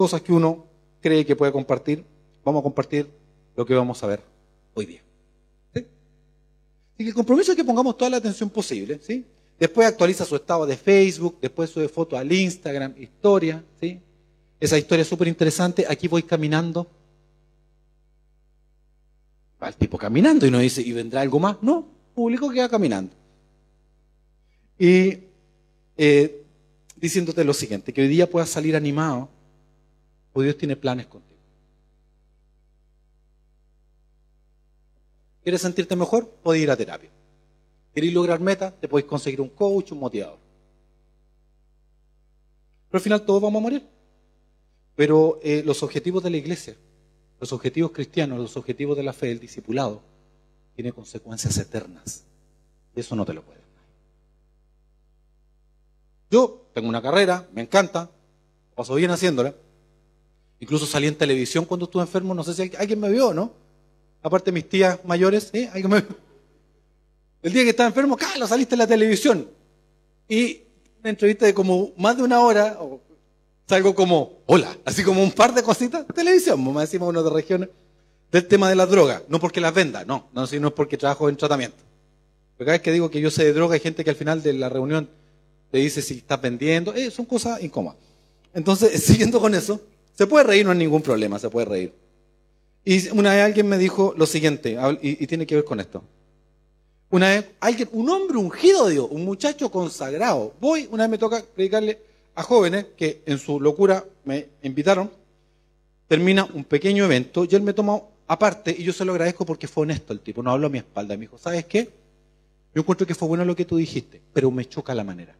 cosas que uno cree que puede compartir, vamos a compartir lo que vamos a ver hoy día. ¿Sí? Así que el compromiso es que pongamos toda la atención posible, ¿sí? Después actualiza su estado de Facebook, después sube fotos al Instagram, historia, ¿sí? Esa historia es súper interesante. Aquí voy caminando. Va el tipo caminando y uno dice, ¿y vendrá algo más? No, público que va caminando. Y diciéndote lo siguiente, que hoy día puedas salir animado, porque Dios tiene planes contigo. ¿Quieres sentirte mejor? Puedes ir a terapia. ¿Quieres lograr metas? Te puedes conseguir un coach, un motivador. Pero al final todos vamos a morir. Pero los objetivos de la iglesia, los objetivos cristianos, los objetivos de la fe, el discipulado, tienen consecuencias eternas. Y eso no te lo puede dar. Yo tengo una carrera, me encanta, paso bien haciéndola. Incluso salí en televisión cuando estuve enfermo, no sé si alguien me vio, ¿no? Aparte de mis tías mayores, ¿sí? ¿Alguien me vio? El día que estaba enfermo, Carlos, saliste en la televisión. Y una entrevista de como más de una hora, salgo como, hola, así como un par de cositas, televisión, más decimos uno de regiones, del tema de las drogas. No porque las venda, no, sino es porque trabajo en tratamiento. Pero cada vez que digo que yo sé de droga, hay gente que al final de la reunión te dice si estás vendiendo, son cosas incómodas. Entonces, siguiendo con eso, se puede reír, no hay ningún problema, se puede reír. Y una vez alguien me dijo lo siguiente, y tiene que ver con esto. Una vez, un hombre ungido de Dios, un muchacho consagrado, una vez me toca predicarle a jóvenes que en su locura me invitaron, termina un pequeño evento y él me tomó aparte y yo se lo agradezco porque fue honesto el tipo, no habló a mi espalda, me dijo, ¿sabes qué? Yo encuentro que fue bueno lo que tú dijiste, pero me choca la manera.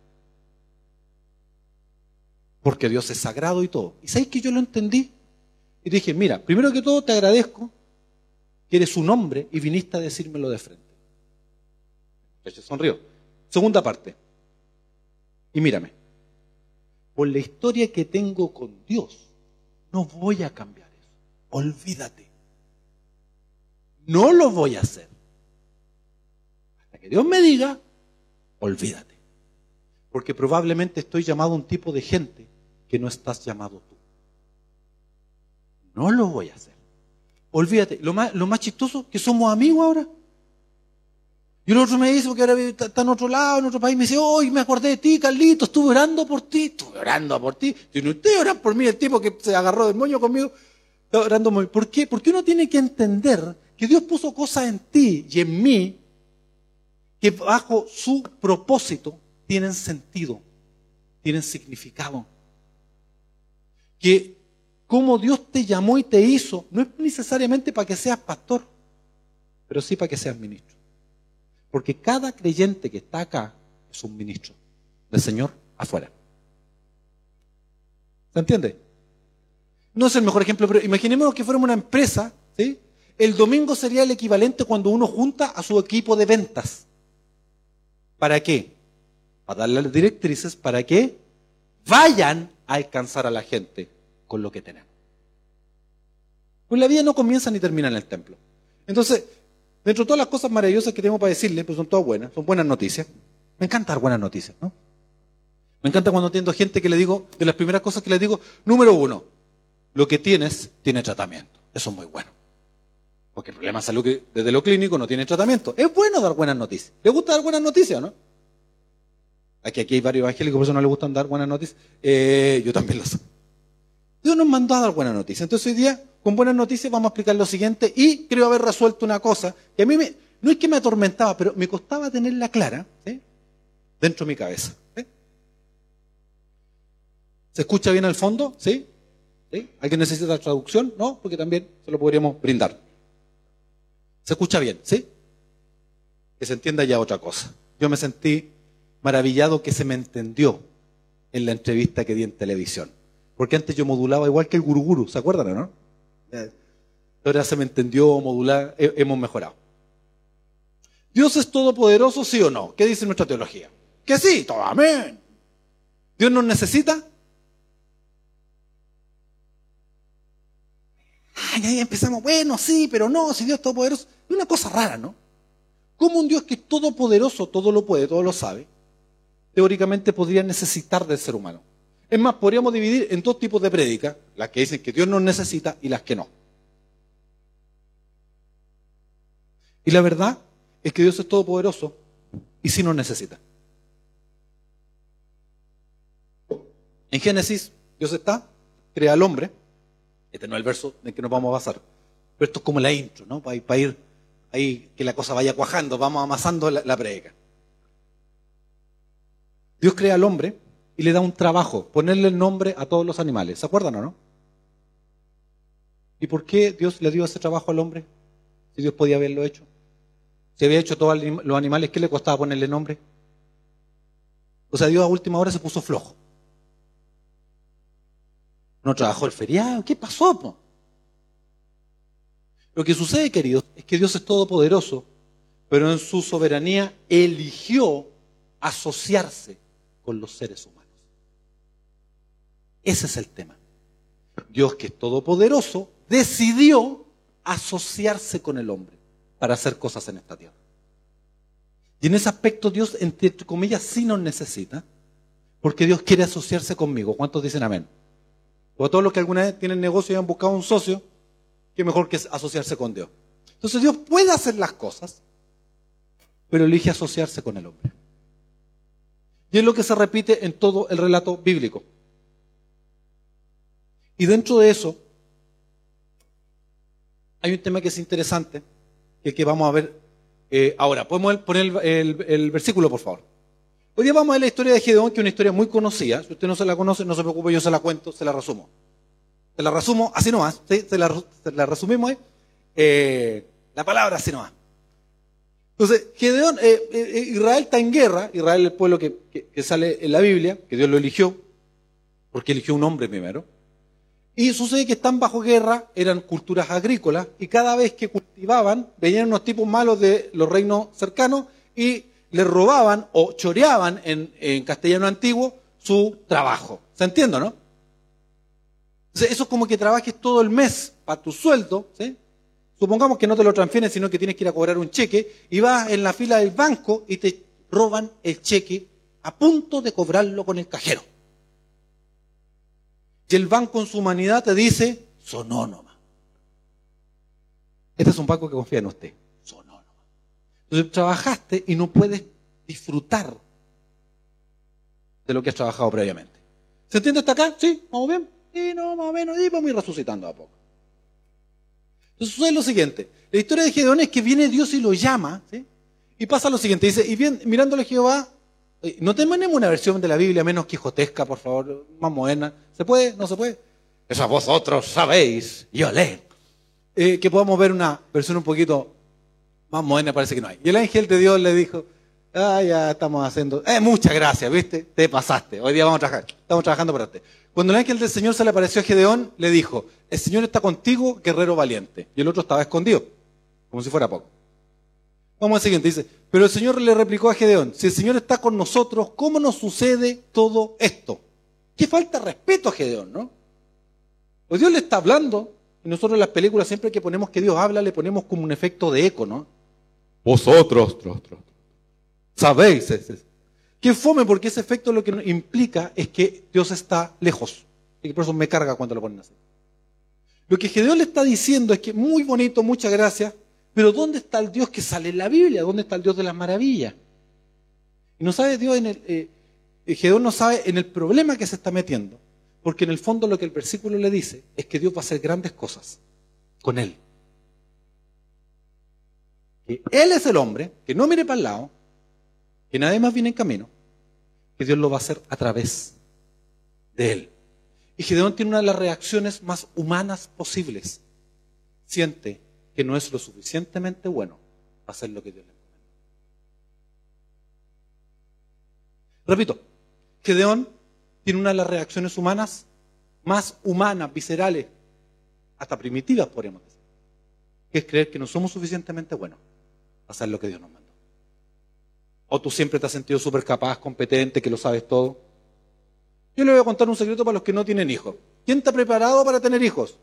Porque Dios es sagrado y todo. ¿Y sabes que yo lo entendí? Y dije, mira, primero que todo te agradezco que eres un hombre y viniste a decírmelo de frente. Se sonrió. Segunda parte. Y mírame, por la historia que tengo con Dios, no voy a cambiar eso. Olvídate. No lo voy a hacer. Hasta que Dios me diga, olvídate. Porque probablemente estoy llamado a un tipo de gente que no estás llamado tú. No lo voy a hacer. Olvídate. Lo más chistoso, que somos amigos ahora. Y el otro me dice, porque ahora está en otro lado, en otro país, me dice, hoy me acordé de ti, Carlito, estuve orando por ti. Estuve orando por ti. Si no usted oran por mí, el tipo que se agarró del moño conmigo, está orando por mí. ¿Por qué? Porque uno tiene que entender que Dios puso cosas en ti y en mí que bajo su propósito tienen sentido, tienen significado. Que como Dios te llamó y te hizo, no es necesariamente para que seas pastor, pero sí para que seas ministro. Porque cada creyente que está acá es un ministro del Señor afuera. ¿Se entiende? No es el mejor ejemplo, pero imaginemos que fuéramos una empresa, ¿sí? El domingo sería el equivalente cuando uno junta a su equipo de ventas. ¿Para qué? Para darle las directrices para que vayan a alcanzar a la gente con lo que tenemos. Pues la vida no comienza ni termina en el templo. Entonces, dentro de todas las cosas maravillosas que tengo para decirles, pues son todas buenas, son buenas noticias. Me encanta dar buenas noticias, ¿no? Me encanta cuando atiendo gente que le digo, de las primeras cosas que les digo, número 1, lo que tienes, tiene tratamiento. Eso es muy bueno. Porque el problema de salud que desde lo clínico no tiene tratamiento. Es bueno dar buenas noticias. ¿Le gusta dar buenas noticias, no? Aquí hay varios evangélicos, por eso no les gustan dar buenas noticias. Yo también lo sé. Dios nos mandó a dar buenas noticias. Entonces hoy día, con buenas noticias, vamos a explicar lo siguiente. Y creo haber resuelto una cosa que a mí no es que me atormentaba, pero me costaba tenerla clara, ¿sí? Dentro de mi cabeza. ¿Sí? ¿Se escucha bien al fondo? ¿Sí? ¿Sí? ¿Alguien necesita traducción? No, porque también se lo podríamos brindar. ¿Se escucha bien? ¿Sí? Que se entienda ya otra cosa. Yo me sentí maravillado que se me entendió en la entrevista que di en televisión. Porque antes yo modulaba igual que el guruguru, ¿se acuerdan, no? Ahora se me entendió modular, hemos mejorado. ¿Dios es todopoderoso, sí o no? ¿Qué dice nuestra teología? Que sí, todo, amén. ¿Dios nos necesita? Ahí empezamos, bueno, sí, pero no, si Dios es todopoderoso. Es una cosa rara, ¿no? ¿Cómo un Dios que es todopoderoso, todo lo puede, todo lo sabe, teóricamente podría necesitar del ser humano? Es más, podríamos dividir en dos tipos de prédicas, las que dicen que Dios nos necesita y las que no. Y la verdad es que Dios es todopoderoso y sí nos necesita. En Génesis, Dios crea al hombre. Este no es el verso en que nos vamos a basar. Pero esto es como la intro, ¿no? Para ir ahí, que la cosa vaya cuajando, vamos amasando la prédica. Dios crea al hombre y le da un trabajo, ponerle el nombre a todos los animales. ¿Se acuerdan o no? ¿Y por qué Dios le dio ese trabajo al hombre? Si Dios podía haberlo hecho. Si había hecho todos los animales, ¿qué le costaba ponerle nombre? O sea, Dios a última hora se puso flojo. No trabajó el feriado. ¿Qué pasó, po? Lo que sucede, queridos, es que Dios es todopoderoso, pero en su soberanía eligió asociarse con los seres humanos. Ese es el tema. Dios, que es todopoderoso, decidió asociarse con el hombre para hacer cosas en esta tierra. Y en ese aspecto Dios, entre comillas, sí nos necesita, porque Dios quiere asociarse conmigo. ¿Cuántos dicen amén? O a todos los que alguna vez tienen negocio y han buscado un socio, qué mejor que asociarse con Dios. Entonces Dios puede hacer las cosas, pero elige asociarse con el hombre. Y es lo que se repite en todo el relato bíblico. Y dentro de eso, hay un tema que es interesante, que vamos a ver ahora. ¿Podemos poner el versículo, por favor? Hoy día vamos a ver la historia de Gedeón, que es una historia muy conocida. Si usted no se la conoce, no se preocupe, yo se la cuento, se la resumo. Se la resumo así nomás, ¿sí? Se la resumimos ahí. La palabra así nomás. Entonces, Gedeón, Israel está en guerra. Israel es el pueblo que sale en la Biblia, que Dios lo eligió, porque eligió un hombre primero. Y sucede que están bajo guerra, eran culturas agrícolas, y cada vez que cultivaban, venían unos tipos malos de los reinos cercanos y les robaban o choreaban en castellano antiguo su trabajo. ¿Se entiende, no? Entonces, eso es como que trabajes todo el mes para tu sueldo, ¿sí? Supongamos que no te lo transfieren, sino que tienes que ir a cobrar un cheque, y vas en la fila del banco y te roban el cheque a punto de cobrarlo con el cajero. Y el banco en su humanidad te dice, sonó nomás. Este es un banco que confía en usted. Sonó nomás. Entonces trabajaste y no puedes disfrutar de lo que has trabajado previamente. ¿Se entiende hasta acá? ¿Sí? ¿Vamos bien? Y no, más o menos, y vamos a ir resucitando a poco. Entonces sucede lo siguiente. La historia de Gedeón es que viene Dios y lo llama, ¿sí? Y pasa lo siguiente. Dice, y bien, mirándole Jehová, no tenemos una versión de la Biblia menos quijotesca, por favor, más moderna. ¿Se puede? ¿No se puede? Eso vosotros sabéis, yo leo. Que podamos ver una versión un poquito más moderna, parece que no hay. Y el ángel de Dios le dijo, ya estamos haciendo, muchas gracias, ¿viste? Te pasaste, hoy día vamos a trabajar, estamos trabajando para usted. Cuando el ángel del Señor se le apareció a Gedeón, le dijo, el Señor está contigo, guerrero valiente. Y el otro estaba escondido, como si fuera poco. Vamos al siguiente, dice, pero el Señor le replicó a Gedeón, si el Señor está con nosotros, ¿cómo nos sucede todo esto? Qué falta de respeto a Gedeón, ¿no? Pues Dios le está hablando, y nosotros en las películas siempre que ponemos que Dios habla, le ponemos como un efecto de eco, ¿no? Vosotros, sabéis. Qué fome, porque ese efecto lo que implica es que Dios está lejos. Y por eso me carga cuando lo ponen así. Lo que Gedeón le está diciendo es que muy bonito, muchas gracias, pero ¿dónde está el Dios que sale en la Biblia? ¿Dónde está el Dios de las maravillas? Y no sabe Dios Gedeón no sabe en el problema que se está metiendo, porque en el fondo lo que el versículo le dice es que Dios va a hacer grandes cosas con él. Que él es el hombre, que no mire para el lado, que nadie más viene en camino, que Dios lo va a hacer a través de él. Y Gedeón tiene una de las reacciones más humanas posibles. Siente que no es lo suficientemente bueno para hacer lo que Dios le encomendó. Repito, Gedeón tiene una de las reacciones humanas más humanas, viscerales, hasta primitivas podríamos decir, que es creer que no somos suficientemente buenos para hacer lo que Dios nos mandó. O tú siempre te has sentido súper capaz, competente, que lo sabes todo. Yo le voy a contar un secreto para los que no tienen hijos. ¿Quién está preparado para tener hijos?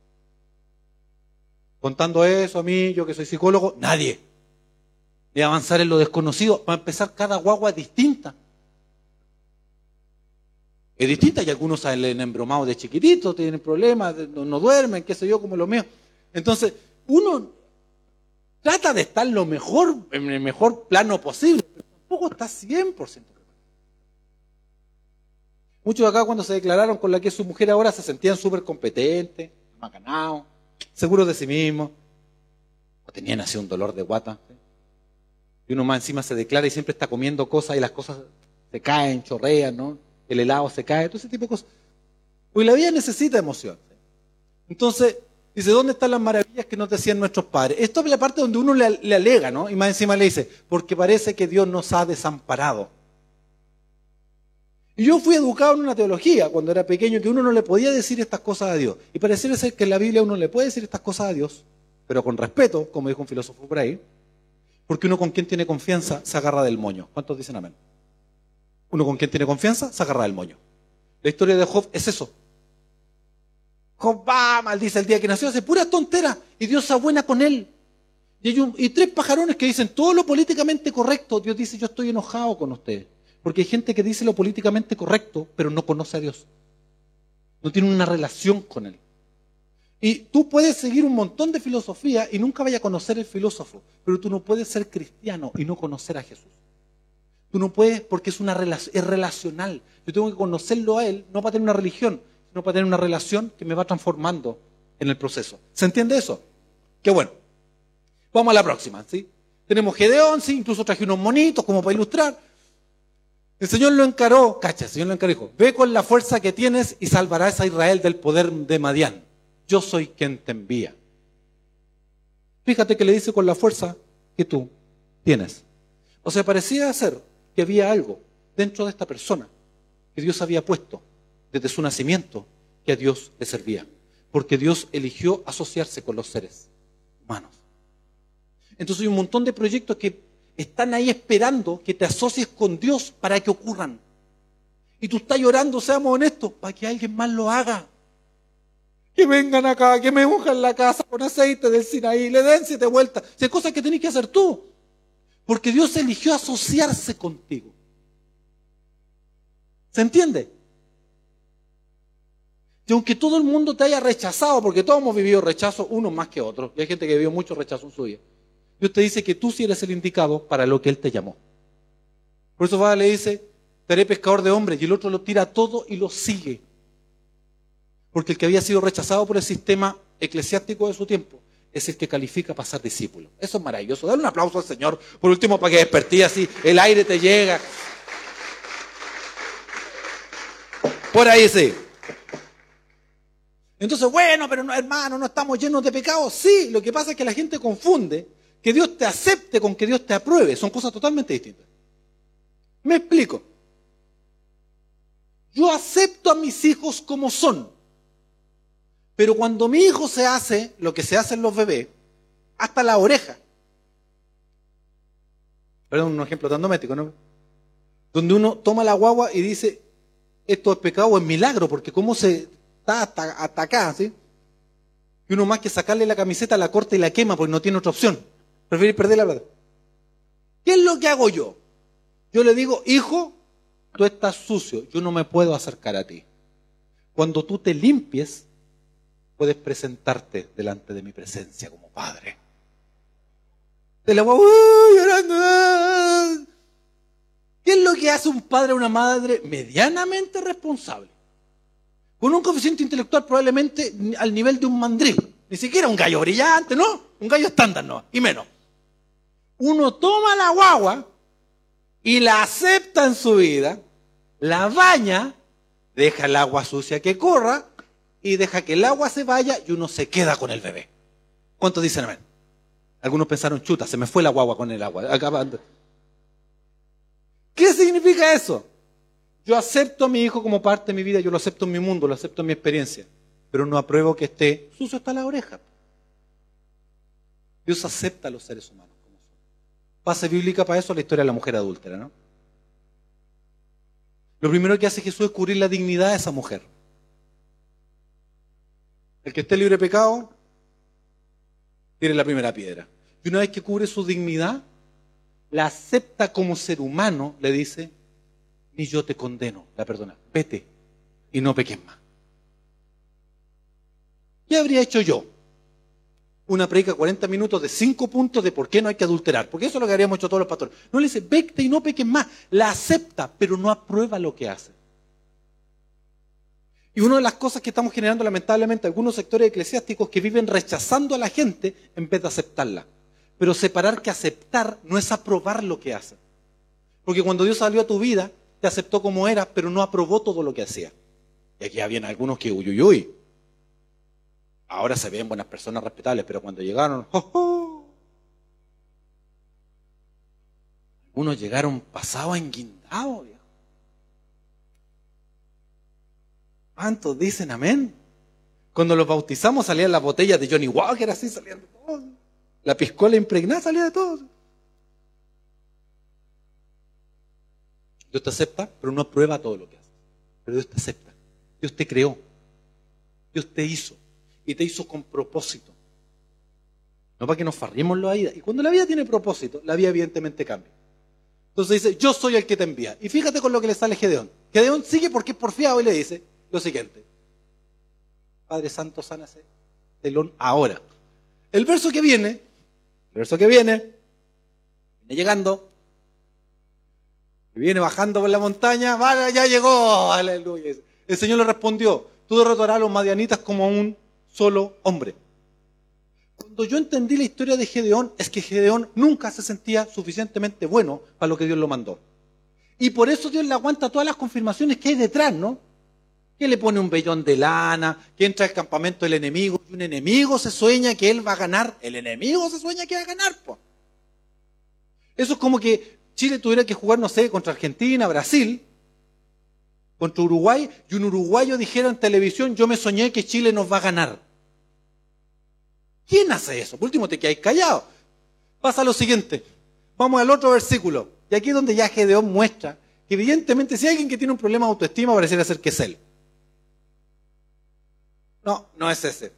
Contando eso a mí, yo que soy psicólogo, nadie. De avanzar en lo desconocido, para empezar cada guagua distinta. Es distinta y algunos salen embromados de chiquititos, tienen problemas, no duermen, qué sé yo, como lo mío. Entonces, uno trata de estar lo mejor, en el mejor plano posible, pero tampoco está 100% preparado. Muchos de acá cuando se declararon con la que es su mujer ahora se sentían súper competentes, macanados, seguros de sí mismos, o tenían así un dolor de guata. ¿Sí? Y uno más encima se declara y siempre está comiendo cosas y las cosas se caen, chorrean, ¿no? El helado se cae, todo ese tipo de cosas. Porque la vida necesita emoción. ¿Sí? Entonces, dice, ¿dónde están las maravillas que nos decían nuestros padres? Esto es la parte donde uno le alega, ¿no? Y más encima le dice, porque parece que Dios nos ha desamparado. Y yo fui educado en una teología cuando era pequeño que uno no le podía decir estas cosas a Dios. Y pareciera ser que en la Biblia uno le puede decir estas cosas a Dios, pero con respeto, como dijo un filósofo por ahí, porque uno con quien tiene confianza se agarra del moño. ¿Cuántos dicen amén? Uno con quien tiene confianza se agarra del moño. La historia de Job es eso. Job va, maldice el día que nació, hace pura tontera y Dios se abuena con él. Y tres pajarones que dicen todo lo políticamente correcto. Dios dice, yo estoy enojado con ustedes. Porque hay gente que dice lo políticamente correcto, pero no conoce a Dios. No tiene una relación con Él. Y tú puedes seguir un montón de filosofía y nunca vayas a conocer el filósofo, pero tú no puedes ser cristiano y no conocer a Jesús. Tú no puedes porque es relacional. Yo tengo que conocerlo a Él, no para tener una religión, sino para tener una relación que me va transformando en el proceso. ¿Se entiende eso? Qué bueno. Vamos a la próxima, ¿sí? Tenemos Gedeón, sí, incluso traje unos monitos como para ilustrar. El Señor lo encaró, cacha, el Señor lo encaró, dijo, ve con la fuerza que tienes y salvarás a Israel del poder de Madián. Yo soy quien te envía. Fíjate que le dice con la fuerza que tú tienes. O sea, parecía ser que había algo dentro de esta persona que Dios había puesto desde su nacimiento que a Dios le servía. Porque Dios eligió asociarse con los seres humanos. Entonces hay un montón de proyectos que están ahí esperando que te asocies con Dios para que ocurran. Y tú estás llorando, seamos honestos, para que alguien más lo haga. Que vengan acá, que me unjan la casa con aceite del Sinaí, le den 7 vueltas. Son cosas que tenés que hacer tú. Porque Dios eligió asociarse contigo. ¿Se entiende? Y aunque todo el mundo te haya rechazado, porque todos hemos vivido rechazo, unos más que otros, y hay gente que vivió mucho rechazo en su vida, Dios te dice que tú sí eres el indicado para lo que Él te llamó. Por eso le dice, te haré pescador de hombres, y el otro lo tira todo y lo sigue. Porque el que había sido rechazado por el sistema eclesiástico de su tiempo es el que califica para ser discípulo. Eso es maravilloso. Dale un aplauso al Señor, por último, para que despertí así, el aire te llega. Por ahí sí. Entonces, bueno, pero no, hermano, no estamos llenos de pecados. Sí, lo que pasa es que la gente confunde que Dios te acepte con que Dios te apruebe. Son cosas totalmente distintas. Me explico. Yo acepto a mis hijos como son. Pero cuando mi hijo se hace lo que se hacen los bebés, hasta la oreja. Perdón, un ejemplo tan doméstico, ¿no? Donde uno toma la guagua y dice, esto es pecado o es milagro, porque cómo se está hasta acá, ¿sí? Y uno más que sacarle la camiseta la corta y la quema porque no tiene otra opción. Prefiere perder la plata. ¿Qué es lo que hago yo? Yo le digo, hijo, tú estás sucio, yo no me puedo acercar a ti. Cuando tú te limpies, puedes presentarte delante de mi presencia como padre. De la guagua, llorando. ¿Qué es lo que hace un padre o una madre medianamente responsable? Con un coeficiente intelectual probablemente al nivel de un mandril. Ni siquiera un gallo brillante, ¿no? Un gallo estándar, no, y menos. Uno toma la guagua y la acepta en su vida, la baña, deja el agua sucia que corra y deja que el agua se vaya y uno se queda con el bebé. ¿Cuántos dicen amén? Algunos pensaron, chuta, se me fue la guagua con el agua. ¿Qué significa eso? Yo acepto a mi hijo como parte de mi vida, yo lo acepto en mi mundo, lo acepto en mi experiencia, pero no apruebo que esté sucio hasta la oreja. Dios acepta a los seres humanos como son. Base bíblica para eso es la historia de la mujer adúltera, ¿no? Lo primero que hace Jesús es cubrir la dignidad de esa mujer. El que esté libre de pecado, tire la primera piedra. Y una vez que cubre su dignidad, la acepta como ser humano, le dice, ni yo te condeno, la perdona, vete, y no peques más. ¿Qué habría hecho yo? Una predica 40 minutos de 5 puntos de por qué no hay que adulterar. Porque eso es lo que habríamos hecho todos los pastores. No le dice, vete y no peques más. La acepta, pero no aprueba lo que hace. Y una de las cosas que estamos generando lamentablemente algunos sectores eclesiásticos que viven rechazando a la gente en vez de aceptarla. Pero separar que aceptar no es aprobar lo que hace. Porque cuando Dios salió a tu vida, te aceptó como eras, pero no aprobó todo lo que hacía. Y aquí habían algunos que uy. Ahora se ven buenas personas respetables, pero cuando llegaron, algunos llegaron pasados enguindados, viejo. ¿Cuántos dicen amén? Cuando los bautizamos salían las botellas de Johnny Walker, así salían de todos. La piscola impregnada salía de todos. Dios te acepta, pero no aprueba todo lo que haces. Pero Dios te acepta. Dios te creó. Dios te hizo. Y te hizo con propósito. No para que nos farriemos la vida. Y cuando la vida tiene propósito, la vida evidentemente cambia. Entonces dice, yo soy el que te envía. Y fíjate con lo que le sale a Gedeón. Gedeón sigue porque es porfiado y le dice lo siguiente. Padre Santo, sánase telón ahora. El verso que viene, viene llegando, viene bajando por la montaña, vale, ya llegó, aleluya. El Señor le respondió, tú derrotarás a los madianitas como un solo hombre. Cuando yo entendí la historia de Gedeón, es que Gedeón nunca se sentía suficientemente bueno para lo que Dios lo mandó. Y por eso Dios le aguanta todas las confirmaciones que hay detrás, ¿no? Que le pone un vellón de lana, que entra al campamento del enemigo, y un enemigo se sueña que él va a ganar. El enemigo se sueña que va a ganar, pues. Eso es como que Chile tuviera que jugar, no sé, contra Argentina, Brasil, contra Uruguay, y un uruguayo dijera en televisión, yo me soñé que Chile nos va a ganar. ¿Quién hace eso? Por último te quedáis callado. Pasa lo siguiente, vamos al otro versículo, y aquí es donde ya Gedeón muestra que evidentemente si hay alguien que tiene un problema de autoestima, pareciera ser que es él. No, no es ese.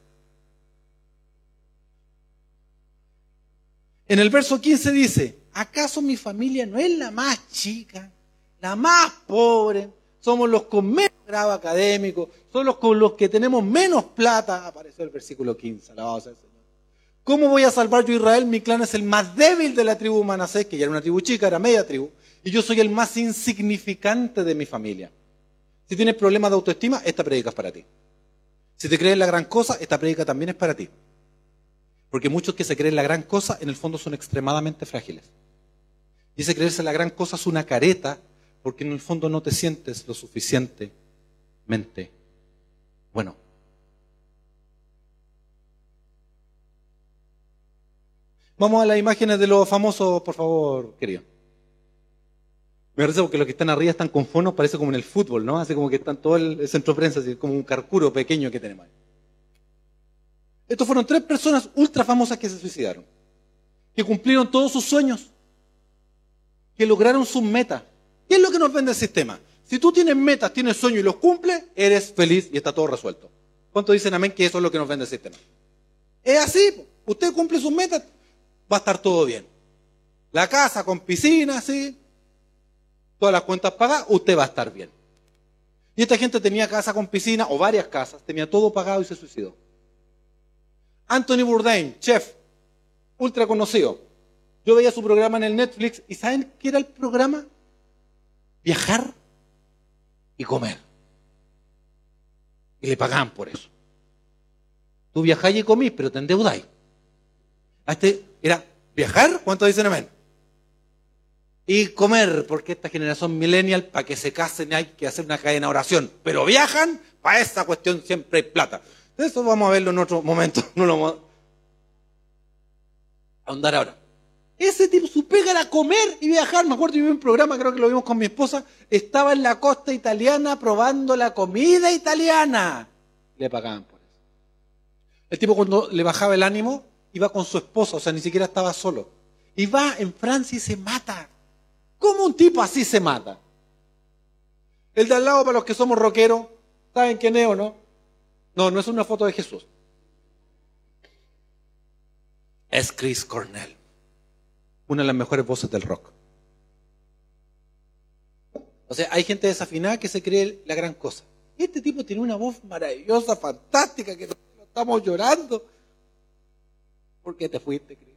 En el verso 15 dice, ¿acaso mi familia no es la más chica, la más pobre? Somos los con menos grado académico, somos los que tenemos menos plata. Apareció el versículo 15, alabado sea el Señor. ¿Cómo voy a salvar yo a Israel? Mi clan es el más débil de la tribu Manasés, que ya era una tribu chica, era media tribu, y yo soy el más insignificante de mi familia. Si tienes problemas de autoestima, esta predica es para ti. Si te crees la gran cosa, esta predica también es para ti. Porque muchos que se creen la gran cosa, en el fondo son extremadamente frágiles. Y ese creerse la gran cosa es una careta, porque en el fondo no te sientes lo suficientemente bueno. Vamos a las imágenes de los famosos, por favor, querido. Me parece porque los que están arriba están con fonos, parece como en el fútbol, ¿no? Así como que están todo el centro de prensa, así como un carcuro pequeño que tenemos ahí. Estos fueron 3 personas ultra famosas que se suicidaron, que cumplieron todos sus sueños, que lograron sus metas. ¿Qué es lo que nos vende el sistema? Si tú tienes metas, tienes sueños y los cumples, eres feliz y está todo resuelto. ¿Cuántos dicen amén que eso es lo que nos vende el sistema? Es así, usted cumple sus metas, va a estar todo bien. La casa con piscina, sí. Todas las cuentas pagadas, usted va a estar bien. Y esta gente tenía casa con piscina, o varias casas, tenía todo pagado y se suicidó. Anthony Bourdain, chef, ultra conocido. Yo veía su programa en el Netflix, ¿y saben qué era el programa? Viajar y comer. Y le pagaban por eso. Tú viajáis y comís, pero te endeudáis. Este era viajar, ¿cuántos dicen amén? Y comer, porque esta generación millennial, para que se casen hay que hacer una cadena de oración. Pero viajan, para esa cuestión siempre hay plata. Eso vamos a verlo en otro momento. No lo vamos a ahondar ahora. Ese tipo, su pega era comer y viajar. Me acuerdo, yo vi un programa, creo que lo vimos con mi esposa. Estaba en la costa italiana probando la comida italiana. Le pagaban por eso. El tipo cuando le bajaba el ánimo, iba con su esposa, o sea, ni siquiera estaba solo. Y va en Francia y se mata. ¿Cómo un tipo así se mata? El de al lado, para los que somos rockeros, ¿saben quién es o no? No, no es una foto de Jesús. Es Chris Cornell, una de las mejores voces del rock. O sea, hay gente desafinada que se cree la gran cosa. este tipo tiene una voz maravillosa, fantástica, que nosotros estamos llorando. ¿Por qué te fuiste, querido?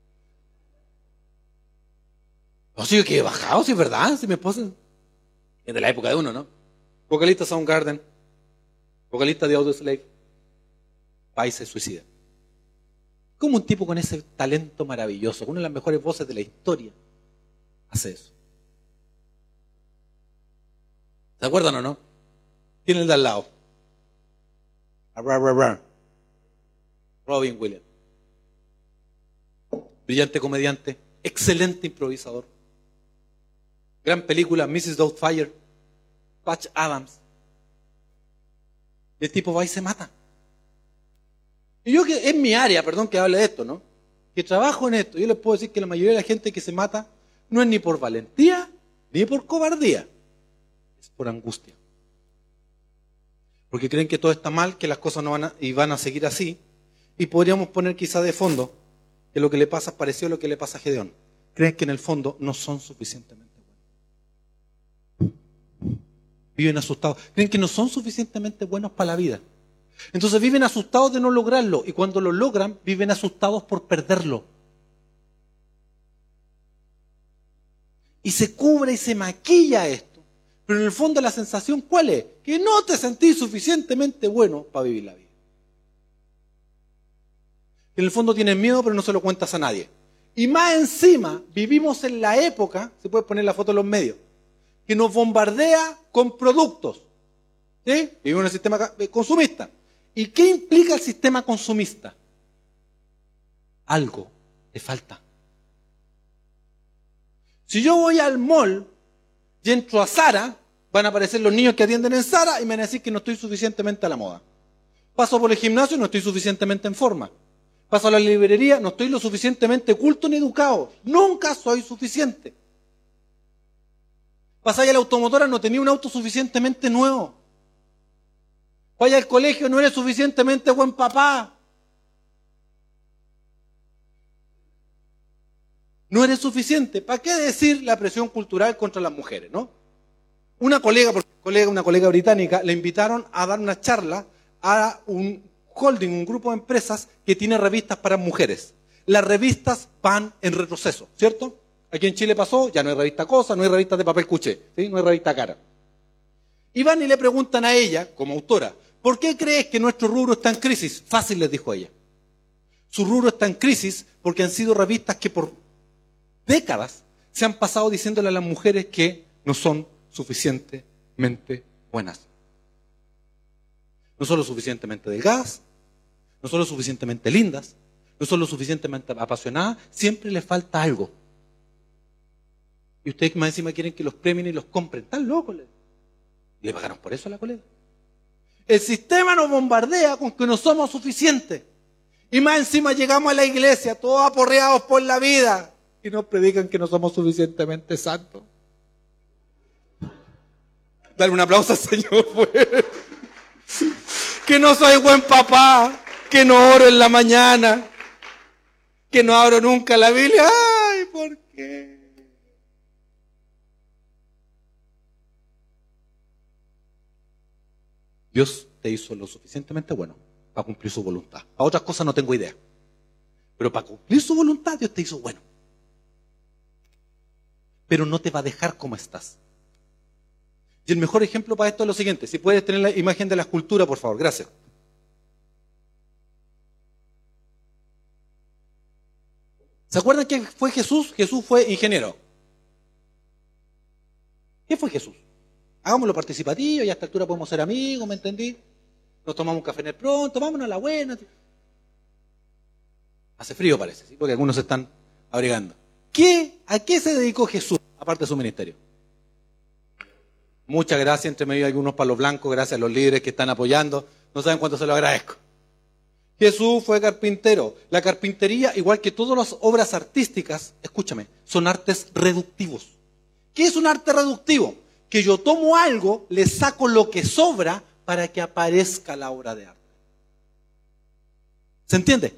No, sí, que he bajado, sí es verdad, si mi esposa es de la época de uno, ¿no? Vocalista Soundgarden, vocalista de Audioslave, va y se suicida. ¿Cómo un tipo con ese talento maravilloso, con una de las mejores voces de la historia, hace eso? ¿Se acuerdan o no? ¿Quién es el de al lado? Robin Williams. Brillante comediante, excelente improvisador. Gran película, Mrs. Doubtfire, Patch Adams. Y el tipo va y se mata. Y yo que es mi área, perdón que hable de esto, ¿no? Que trabajo en esto, yo les puedo decir que la mayoría de la gente que se mata no es ni por valentía, ni por cobardía. Es por angustia. Porque creen que todo está mal, que las cosas no van a seguir así. Y podríamos poner quizá de fondo que lo que le pasa es parecido a lo que le pasa a Gedeón. Creen que en el fondo no son suficientemente buenos. Viven asustados. Creen que no son suficientemente buenos para la vida. Entonces viven asustados de no lograrlo. Y cuando lo logran, viven asustados por perderlo. Y se cubre y se maquilla esto. Pero en el fondo la sensación, ¿cuál es? Que no te sentís suficientemente bueno para vivir la vida. En el fondo tienes miedo, pero no se lo cuentas a nadie. Y más encima, vivimos en la época, se puede poner la foto en los medios, que nos bombardea con productos. ¿Sí? Vivimos en un sistema consumista. ¿Y qué implica el sistema consumista? Algo te falta. Si yo voy al mall y entro a Zara, van a aparecer los niños que atienden en Zara y me van a decir que no estoy suficientemente a la moda. Paso por el gimnasio y no estoy suficientemente en forma. Paso a la librería, no estoy lo suficientemente culto ni educado. Nunca soy suficiente. Pasáis a la automotora, no tenía un auto suficientemente nuevo. Vaya al colegio, no eres suficientemente buen papá. No eres suficiente. ¿Para qué decir la presión cultural contra las mujeres, no? Una colega británica, le invitaron a dar una charla a un holding, un grupo de empresas que tiene revistas para mujeres. Las revistas van en retroceso, ¿cierto? Aquí en Chile pasó, ya no hay revista Cosa, no hay revistas de papel cuché, ¿sí? No hay revista Cara. Y van y le preguntan a ella, como autora, ¿por qué crees que nuestro rubro está en crisis? Fácil, les dijo ella. Su rubro está en crisis porque han sido revistas que por décadas se han pasado diciéndole a las mujeres que no son suficientemente buenas. No son lo suficientemente delgadas, no son lo suficientemente lindas, no son lo suficientemente apasionadas, siempre les falta algo. Y ustedes más encima quieren que los premien y los compren. ¿Están locos? ¿Le pagaron por eso a la colega? El sistema nos bombardea con que no somos suficientes. Y más encima llegamos a la iglesia, todos aporreados por la vida, y nos predican que no somos suficientemente santos. Dale un aplauso al Señor, pues. Que no soy buen papá, que no oro en la mañana, que no abro nunca la Biblia. Ay, ¿por qué? Dios te hizo lo suficientemente bueno para cumplir su voluntad. Para otras cosas no tengo idea. Pero para cumplir su voluntad Dios te hizo bueno. Pero no te va a dejar como estás. Y el mejor ejemplo para esto es lo siguiente. Si puedes tener la imagen de la escultura, por favor. Gracias. ¿Se acuerdan qué fue Jesús? Jesús fue ingeniero. ¿Qué fue Jesús? Hagámoslo participativo y a esta altura podemos ser amigos, ¿me entendí? Nos tomamos un café en el pronto, vámonos a la buena. Hace frío parece, ¿sí? Porque algunos se están abrigando. ¿A qué se dedicó Jesús, aparte de su ministerio? Muchas gracias, entre medio de algunos palos blancos, gracias a los líderes que están apoyando. No saben cuánto se lo agradezco. Jesús fue carpintero. La carpintería, igual que todas las obras artísticas, escúchame, son artes reductivos. ¿Qué es un arte reductivo? Que yo tomo algo, le saco lo que sobra para que aparezca la obra de arte. ¿Se entiende?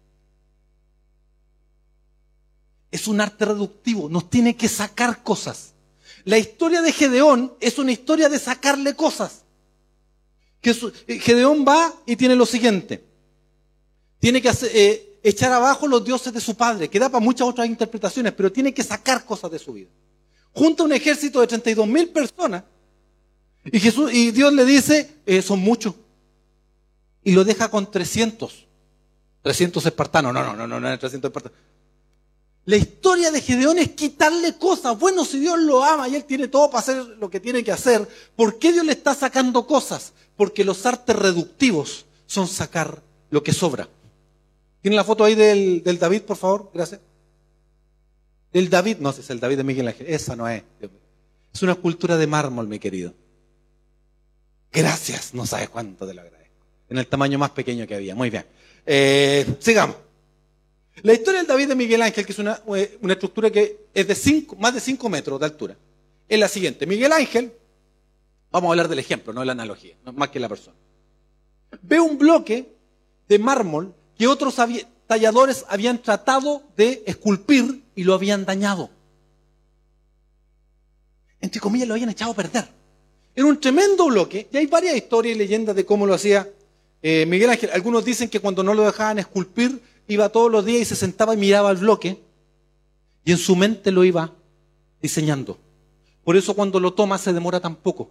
Es un arte reductivo, nos tiene que sacar cosas. La historia de Gedeón es una historia de sacarle cosas. Gedeón va y tiene lo siguiente. Tiene que echar abajo los dioses de su padre, que da para muchas otras interpretaciones, pero tiene que sacar cosas de su vida. Junta un ejército de 32.000 personas y Dios le dice, son muchos. Y lo deja con 300 espartanos. No es 300 espartanos. La historia de Gedeón es quitarle cosas. Bueno, si Dios lo ama y él tiene todo para hacer lo que tiene que hacer, ¿por qué Dios le está sacando cosas? Porque los artes reductivos son sacar lo que sobra. ¿Tienen la foto ahí del David, por favor? Gracias. El David, no, es el David de Miguel Ángel. Esa no es. Es una escultura de mármol, mi querido. Gracias, no sabes cuánto te lo agradezco. En el tamaño más pequeño que había. Muy bien. Sigamos. La historia del David de Miguel Ángel, que es una estructura que es de más de 5 metros de altura, es la siguiente. Miguel Ángel, vamos a hablar del ejemplo, no de la analogía, no más que la persona. Ve un bloque de mármol que otros talladores habían tratado de esculpir y lo habían dañado. Entre comillas, lo habían echado a perder. Era un tremendo bloque, y hay varias historias y leyendas de cómo lo hacía Miguel Ángel. Algunos dicen que cuando no lo dejaban esculpir, iba todos los días y se sentaba y miraba el bloque, y en su mente lo iba diseñando. Por eso cuando lo toma se demora tan poco.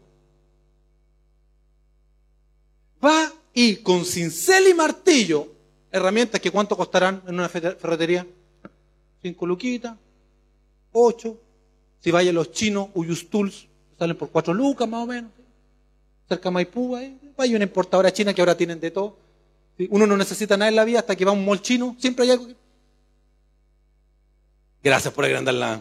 Va y con cincel y martillo, herramientas que ¿cuánto costarán en una ferretería? 5 luquitas, 8. Si vaya a los chinos, Uyus Tools, salen por 4 lucas más o menos. Cerca de Maipú, vaya una importadora china que ahora tienen de todo. Uno no necesita nada en la vida hasta que va a un mall chino, siempre hay algo que... Gracias por agrandar la...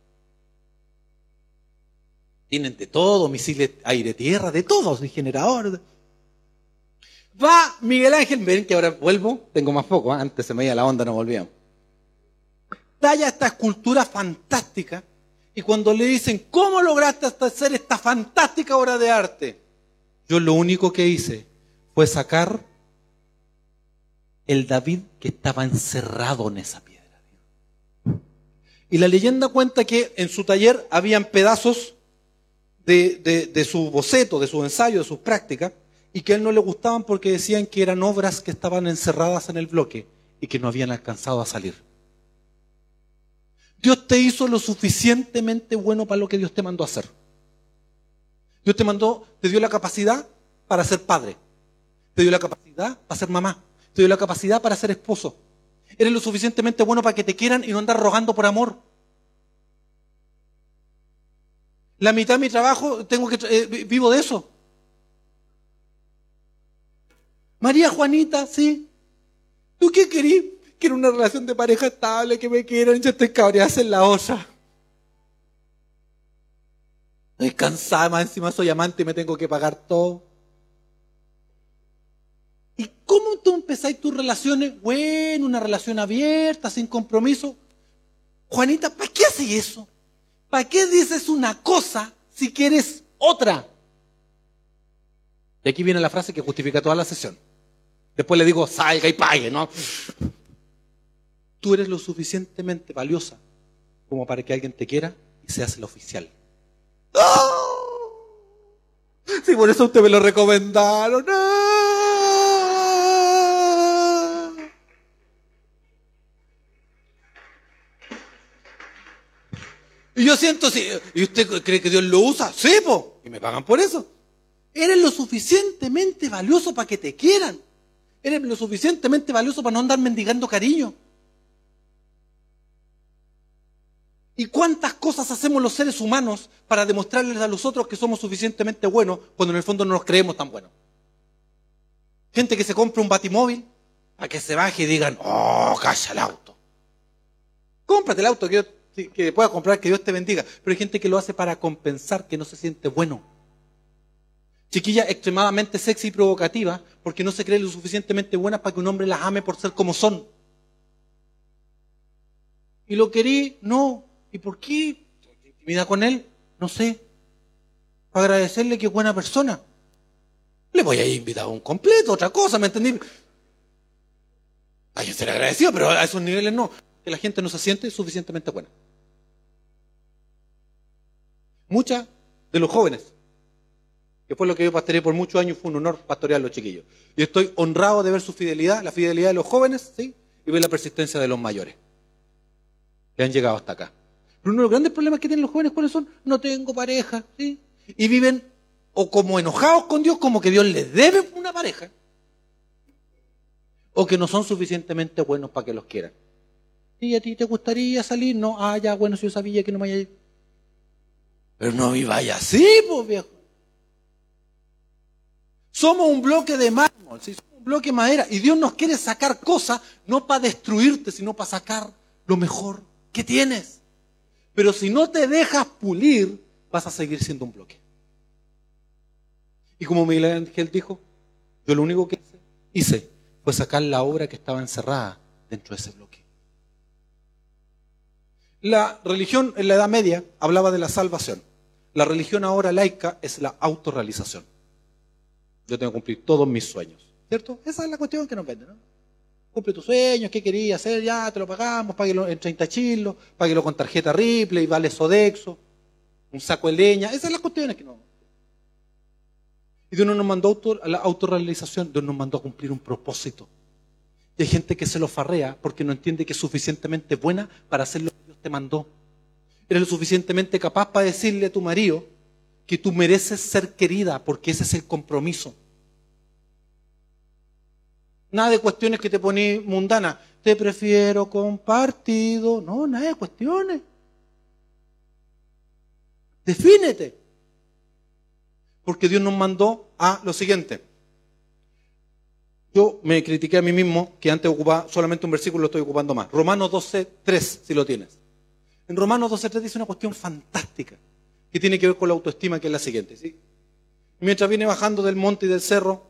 Tienen de todo, misiles aire-tierra, de todos, generadores. Va Miguel Ángel, ven que ahora vuelvo, tengo más foco, antes se me iba la onda, no volvíamos. Talla esta escultura fantástica y cuando le dicen, ¿cómo lograste hacer esta fantástica obra de arte? Yo lo único que hice fue sacar el David que estaba encerrado en esa piedra. Y la leyenda cuenta que en su taller habían pedazos de su boceto, de su ensayo, de sus prácticas, y que a él no le gustaban porque decían que eran obras que estaban encerradas en el bloque y que no habían alcanzado a salir. Dios te hizo lo suficientemente bueno para lo que Dios te mandó a hacer. Dios te dio la capacidad para ser padre, te dio la capacidad para ser mamá, te dio la capacidad para ser esposo. Eres lo suficientemente bueno para que te quieran y no andar rogando por amor. La mitad de mi trabajo vivo de eso. María Juanita, sí. ¿Tú qué querís? Quiero una relación de pareja estable, que me quieran. Yo estoy cabreada en la osa. Estoy cansada, más encima soy amante y me tengo que pagar todo. ¿Y cómo tú empezáis tus relaciones? Bueno, una relación abierta, sin compromiso. Juanita, ¿para qué haces eso? ¿Para qué dices una cosa si quieres otra? Y aquí viene la frase que justifica toda la sesión. Después le digo, salga y pague, ¿no? Tú eres lo suficientemente valiosa como para que alguien te quiera y seas el oficial. ¡Oh! Si por eso usted me lo recomendaron. ¡No! Y yo siento, sí, ¿y usted cree que Dios lo usa? Sí, po, y me pagan por eso. Eres lo suficientemente valioso para que te quieran. Eres lo suficientemente valioso para no andar mendigando cariño. ¿Y cuántas cosas hacemos los seres humanos para demostrarles a los otros que somos suficientemente buenos cuando en el fondo no nos creemos tan buenos? Gente que se compra un batimóvil para que se baje y digan, oh, calla el auto. Cómprate el auto que puedas comprar, que Dios te bendiga. Pero hay gente que lo hace para compensar que no se siente bueno. Chiquillas extremadamente sexy y provocativa porque no se creen lo suficientemente buenas para que un hombre las ame por ser como son. ¿Y lo querí? No. ¿Y por qué? ¿Intimidad con él? No sé. Para agradecerle que es buena persona. Le voy a invitar a un completo, otra cosa, ¿me entendí? Hay que ser agradecido, pero a esos niveles no. Que la gente no se siente suficientemente buena. Muchas de los jóvenes que fue lo que yo pastoreé por muchos años, fue un honor pastorear a los chiquillos. Y estoy honrado de ver su fidelidad, la fidelidad de los jóvenes, ¿sí? Y ver la persistencia de los mayores, que han llegado hasta acá. Pero uno de los grandes problemas que tienen los jóvenes, ¿cuáles son? No tengo pareja, ¿sí? Y viven o como enojados con Dios, como que Dios les debe una pareja, o que no son suficientemente buenos para que los quieran. ¿Y a ti te gustaría salir? No, ya, bueno, si yo sabía que no me vaya a ir. Pero no vaya así, pues, viejo. Somos un bloque de mármol, ¿sí? Somos un bloque de madera, y Dios nos quiere sacar cosas, no para destruirte, sino para sacar lo mejor que tienes. Pero si no te dejas pulir, vas a seguir siendo un bloque. Y como Miguel Ángel dijo, yo lo único que hice fue sacar la obra que estaba encerrada dentro de ese bloque. La religión en la Edad Media hablaba de la salvación. La religión ahora laica es la autorrealización. Yo tengo que cumplir todos mis sueños, ¿cierto? Esa es la cuestión que nos vende, ¿no? Cumple tus sueños, ¿qué querías hacer? Ya, te lo pagamos, páguelo en 30 chilos, páguelo con tarjeta Ripley, vale Sodexo, un saco de leña. Esas son las cuestiones que no. Y Dios no nos mandó a la autorrealización, Dios nos mandó a cumplir un propósito. Y hay gente que se lo farrea porque no entiende que es suficientemente buena para hacer lo que Dios te mandó. Eres lo suficientemente capaz para decirle a tu marido que tú mereces ser querida, porque ese es el compromiso. Nada de cuestiones que te poní mundanas. Te prefiero compartido. No, nada de cuestiones. Defínete. Porque Dios nos mandó a lo siguiente. Yo me critiqué a mí mismo que antes ocupaba solamente un versículo, lo estoy ocupando más. Romanos 12:3, si lo tienes. En Romanos 12:3 dice una cuestión fantástica que tiene que ver con la autoestima, que es la siguiente, ¿sí? Mientras viene bajando del monte y del cerro.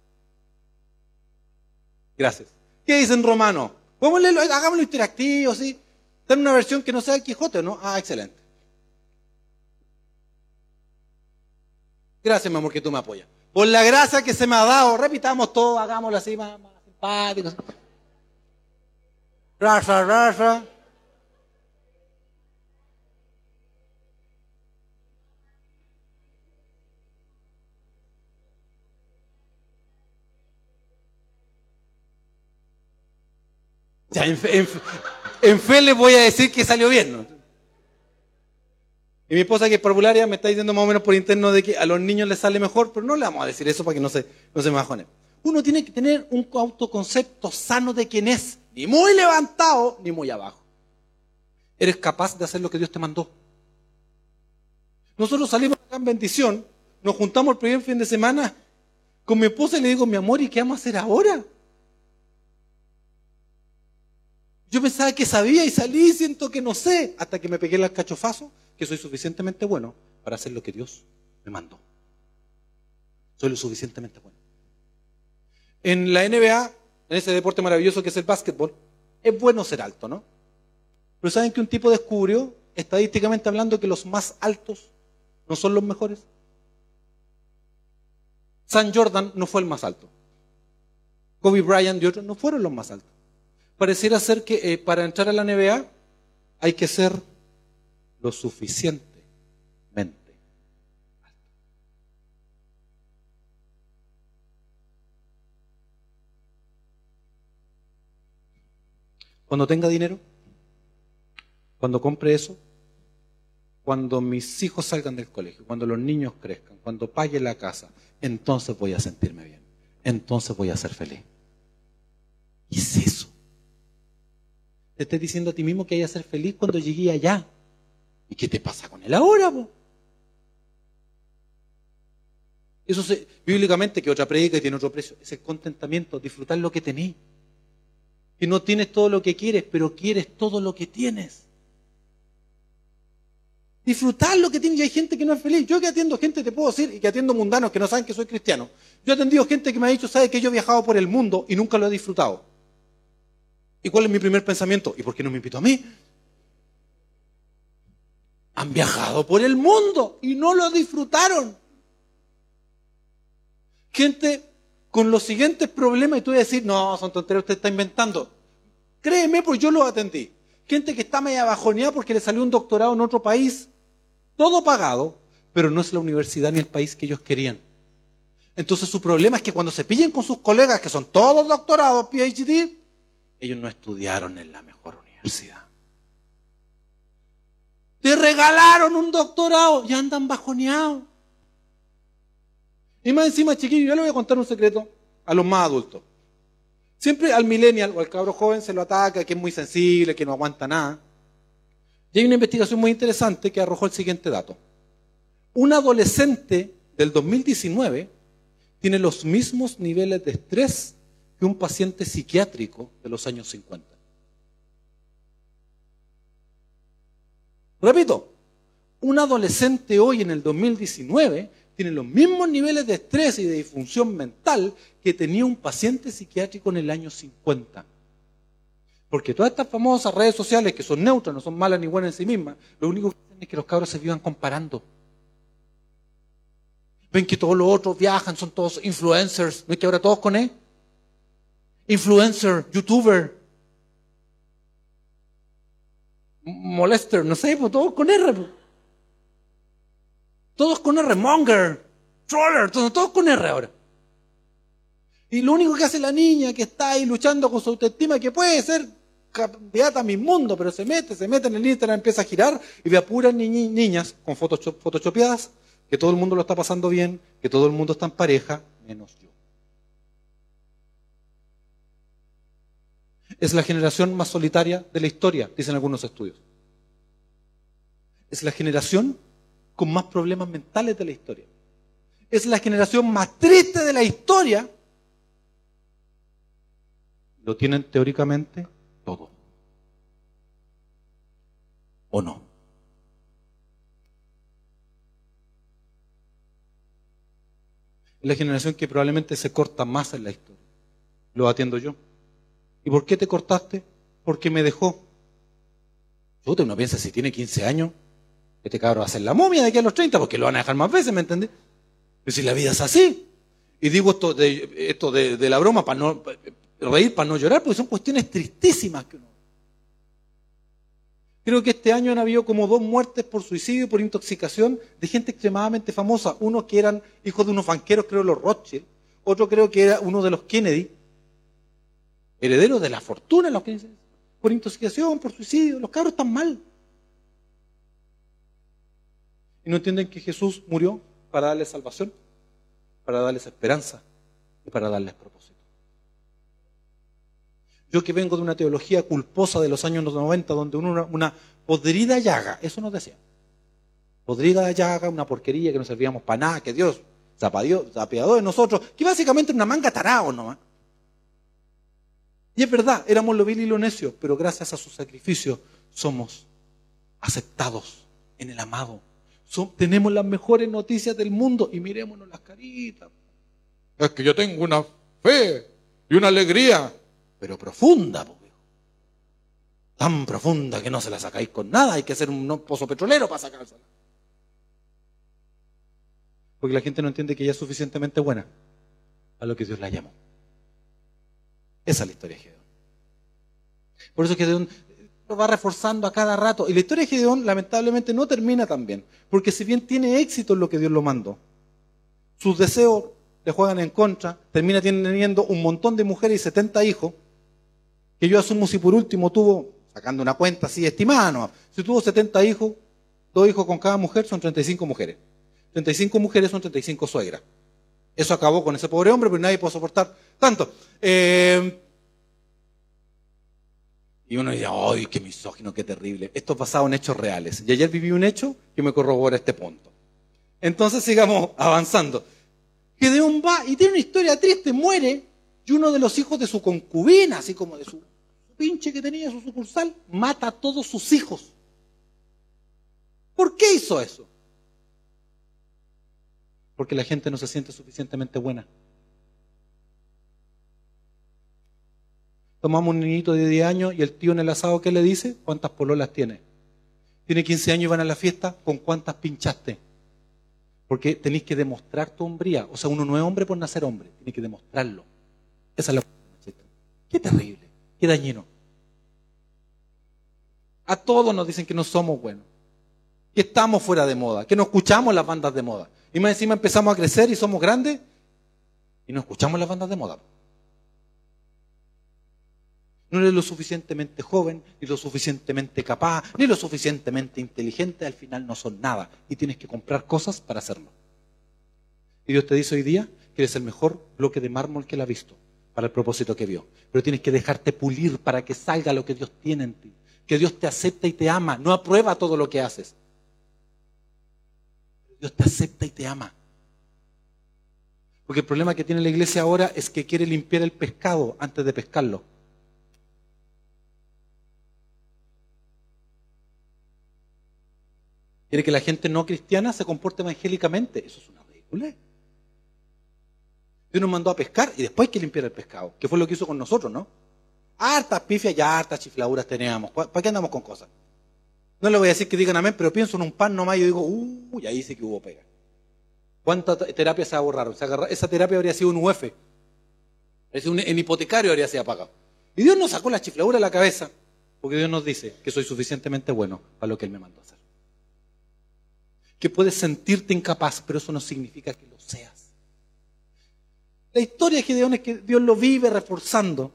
Gracias. ¿Qué dice en Romanos? Podemos leerlo, hagámoslo interactivo, ¿sí? Está en una versión que no sea el Quijote, ¿no? Excelente. Gracias, mi amor, que tú me apoyas. Por la gracia que se me ha dado, repitamos todo, hagámoslo así, más simpático. Raza. Ya, en fe les voy a decir que salió bien, ¿no? Y mi esposa, que es parvularia, me está diciendo más o menos por interno de que a los niños les sale mejor, pero no le vamos a decir eso para que no se me bajonen. Uno tiene que tener un autoconcepto sano de quién es, ni muy levantado, ni muy abajo. Eres capaz de hacer lo que Dios te mandó. Nosotros salimos acá en bendición, nos juntamos el primer fin de semana con mi esposa y le digo, mi amor, ¿y qué vamos a hacer ahora? Yo pensaba que sabía y salí y siento que no sé, hasta que me pegué el cachofazo, que soy suficientemente bueno para hacer lo que Dios me mandó. Soy lo suficientemente bueno. En la NBA, en ese deporte maravilloso que es el básquetbol, es bueno ser alto, ¿no? Pero ¿saben que un tipo descubrió, estadísticamente hablando, que los más altos no son los mejores? Sam Jordan no fue el más alto. Kobe Bryant y otros no fueron los más altos. Pareciera ser que para entrar a la NBA hay que ser lo suficientemente alto. Cuando tenga dinero, cuando compre eso, cuando mis hijos salgan del colegio, cuando los niños crezcan, cuando pague la casa, entonces voy a sentirme bien, entonces voy a ser feliz. ¿Qué es eso? Te estás diciendo a ti mismo que hay que ser feliz cuando llegué allá. ¿Y qué te pasa con él ahora, po? Eso bíblicamente, que otra predica y tiene otro precio, es el contentamiento, disfrutar lo que tenés. Que no tienes todo lo que quieres, pero quieres todo lo que tienes. Disfrutar lo que tienes. Y hay gente que no es feliz. Yo que atiendo gente, te puedo decir, y que atiendo mundanos que no saben que soy cristiano. Yo he atendido gente que me ha dicho, sabe que yo he viajado por el mundo y nunca lo he disfrutado. ¿Y cuál es mi primer pensamiento? ¿Y por qué no me invitó a mí? Han viajado por el mundo y no lo disfrutaron. Gente con los siguientes problemas y tú vas a decir, no, son tonterías, usted está inventando. Créeme, pues yo lo atendí. Gente que está media bajoneada porque le salió un doctorado en otro país, todo pagado, pero no es la universidad ni el país que ellos querían. Entonces su problema es que cuando se pillen con sus colegas, que son todos doctorados, PhD, ellos no estudiaron en la mejor universidad. Te regalaron un doctorado y andan bajoneados. Y más encima, chiquillos, yo le voy a contar un secreto a los más adultos. Siempre al millennial o al cabro joven se lo ataca, que es muy sensible, que no aguanta nada. Y hay una investigación muy interesante que arrojó el siguiente dato. Un adolescente del 2019 tiene los mismos niveles de estrés que un paciente psiquiátrico de los años 50. Repito, un adolescente hoy en el 2019 tiene los mismos niveles de estrés y de disfunción mental que tenía un paciente psiquiátrico en el año 50. Porque todas estas famosas redes sociales que son neutras, no son malas ni buenas en sí mismas, lo único que hacen es que los cabros se vivan comparando. Ven que todos los otros viajan, son todos influencers, ¿no es que ahora todos con E? Influencer, youtuber, molester, no sé, pues todos con R. Pues. Todos con R, monger, troller, todos con R ahora. Y lo único que hace la niña que está ahí luchando con su autoestima, que puede ser candidata a mi mundo, pero se mete en el Instagram, empieza a girar y ve a puras niñas con photoshopeadas, que todo el mundo lo está pasando bien, que todo el mundo está en pareja, menos yo. Es la generación más solitaria de la historia, dicen algunos estudios. Es la generación con más problemas mentales de la historia. Es la generación más triste de la historia. Lo tienen teóricamente todo. ¿O no? Es la generación que probablemente se corta más en la historia. Lo atiendo yo. ¿Y por qué te cortaste? Porque me dejó. Uno piensa, si tiene 15 años, este cabrón va a ser la momia de aquí a los 30, porque lo van a dejar más veces, ¿me entendés? Pero si la vida es así. Y digo esto de la broma para no reír, para no llorar, porque son cuestiones tristísimas que uno. Creo que este año han habido como 2 muertes por suicidio y por intoxicación de gente extremadamente famosa. Uno que eran hijos de unos banqueros, creo los Rothschild. Otro creo que era uno de los Kennedy. Herederos de la fortuna, los Kennedy. Por intoxicación, por suicidio. Los cabros están mal. Y no entienden que Jesús murió para darles salvación, para darles esperanza y para darles propósito. Yo que vengo de una teología culposa de los años 90, donde una podrida llaga, eso nos decía. Podrida llaga, una porquería que no servíamos para nada, que Dios se apiadó de nosotros, que básicamente era una manga tarao nomás. Y es verdad, éramos lo vil y lo necio, pero gracias a su sacrificio somos aceptados en el amado. Tenemos las mejores noticias del mundo y mirémonos las caritas. Es que yo tengo una fe y una alegría, pero profunda, tan profunda que no se la sacáis con nada, hay que ser un pozo petrolero para sacársela. Porque la gente no entiende que ella es suficientemente buena a lo que Dios la llamó. Esa es la historia de Gedeón. Por eso Gedeón lo va reforzando a cada rato. Y la historia de Gedeón lamentablemente no termina tan bien. Porque si bien tiene éxito en lo que Dios lo mandó, sus deseos le juegan en contra, termina teniendo un montón de mujeres y 70 hijos, que yo asumo si por último tuvo, sacando una cuenta así estimada, no, si tuvo 70 hijos, 2 hijos con cada mujer, son 35 mujeres. 35 mujeres son 35 suegras. Eso acabó con ese pobre hombre, pero nadie puede soportar tanto. Y uno dice, ¡ay, qué misógino, qué terrible! Esto es basado en hechos reales. Y ayer viví un hecho que me corrobora este punto. Entonces sigamos avanzando. Gedeón va y tiene una historia triste, muere, y uno de los hijos de su concubina, así como de su pinche que tenía su sucursal, mata a todos sus hijos. ¿Por qué hizo eso? Porque la gente no se siente suficientemente buena. Tomamos un niñito de 10 años y el tío en el asado, ¿qué le dice? ¿Cuántas pololas tiene? Tiene 15 años y van a la fiesta, ¿con cuántas pinchaste? Porque tenéis que demostrar tu hombría. O sea, uno no es hombre por nacer hombre, tiene que demostrarlo. Esa es la... Qué terrible, qué dañino. A todos nos dicen que no somos buenos, que estamos fuera de moda, que no escuchamos las bandas de moda. Y más encima empezamos a crecer y somos grandes Y no escuchamos las bandas de moda. No eres lo suficientemente joven, ni lo suficientemente capaz, ni lo suficientemente inteligente, al final no son nada. Y tienes que comprar cosas para hacerlo. Y Dios te dice hoy día que eres el mejor bloque de mármol que Él ha visto, para el propósito que vio. Pero tienes que dejarte pulir para que salga lo que Dios tiene en ti. Que Dios te acepta y te ama, no aprueba todo lo que haces. Dios te acepta y te ama. Porque el problema que tiene la iglesia ahora es que quiere limpiar el pescado antes de pescarlo. Quiere que la gente no cristiana se comporte evangélicamente. Eso es una ridícula. Dios nos mandó a pescar y después hay que limpiar el pescado, que fue lo que hizo con nosotros, ¿no? Hartas pifias y hartas chifladuras teníamos. ¿Para qué andamos con cosas? No le voy a decir que digan amén, pero pienso en un pan nomás y yo digo, y ahí sí que hubo pega. ¿Cuánta terapia se borraron? Esa terapia habría sido un UF. En hipotecario habría sido apagado. Y Dios nos sacó la chifladura de la cabeza, porque Dios nos dice que soy suficientemente bueno para lo que Él me mandó a hacer. Que puedes sentirte incapaz, pero eso no significa que lo seas. La historia de Gedeón es que Dios lo vive reforzando,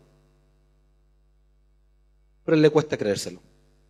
pero a él le cuesta creérselo.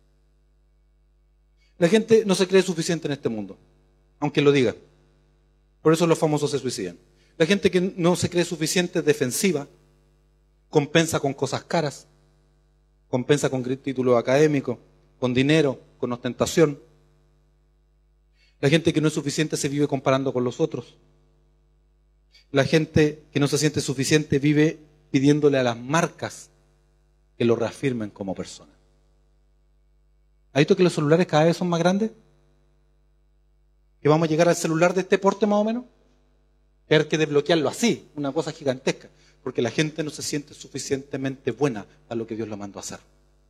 La gente no se cree suficiente en este mundo, aunque lo diga. Por eso los famosos se suicidan. La gente que no se cree suficiente es defensiva, compensa con cosas caras, compensa con títulos académicos, con dinero, con ostentación. La gente que no es suficiente se vive comparando con los otros. La gente que no se siente suficiente vive pidiéndole a las marcas que lo reafirmen como persona. ¿Has visto que los celulares cada vez son más grandes? Que vamos a llegar al celular de este porte más o menos. Hay que desbloquearlo así, una cosa gigantesca. Porque la gente no se siente suficientemente buena para lo que Dios lo mandó a hacer.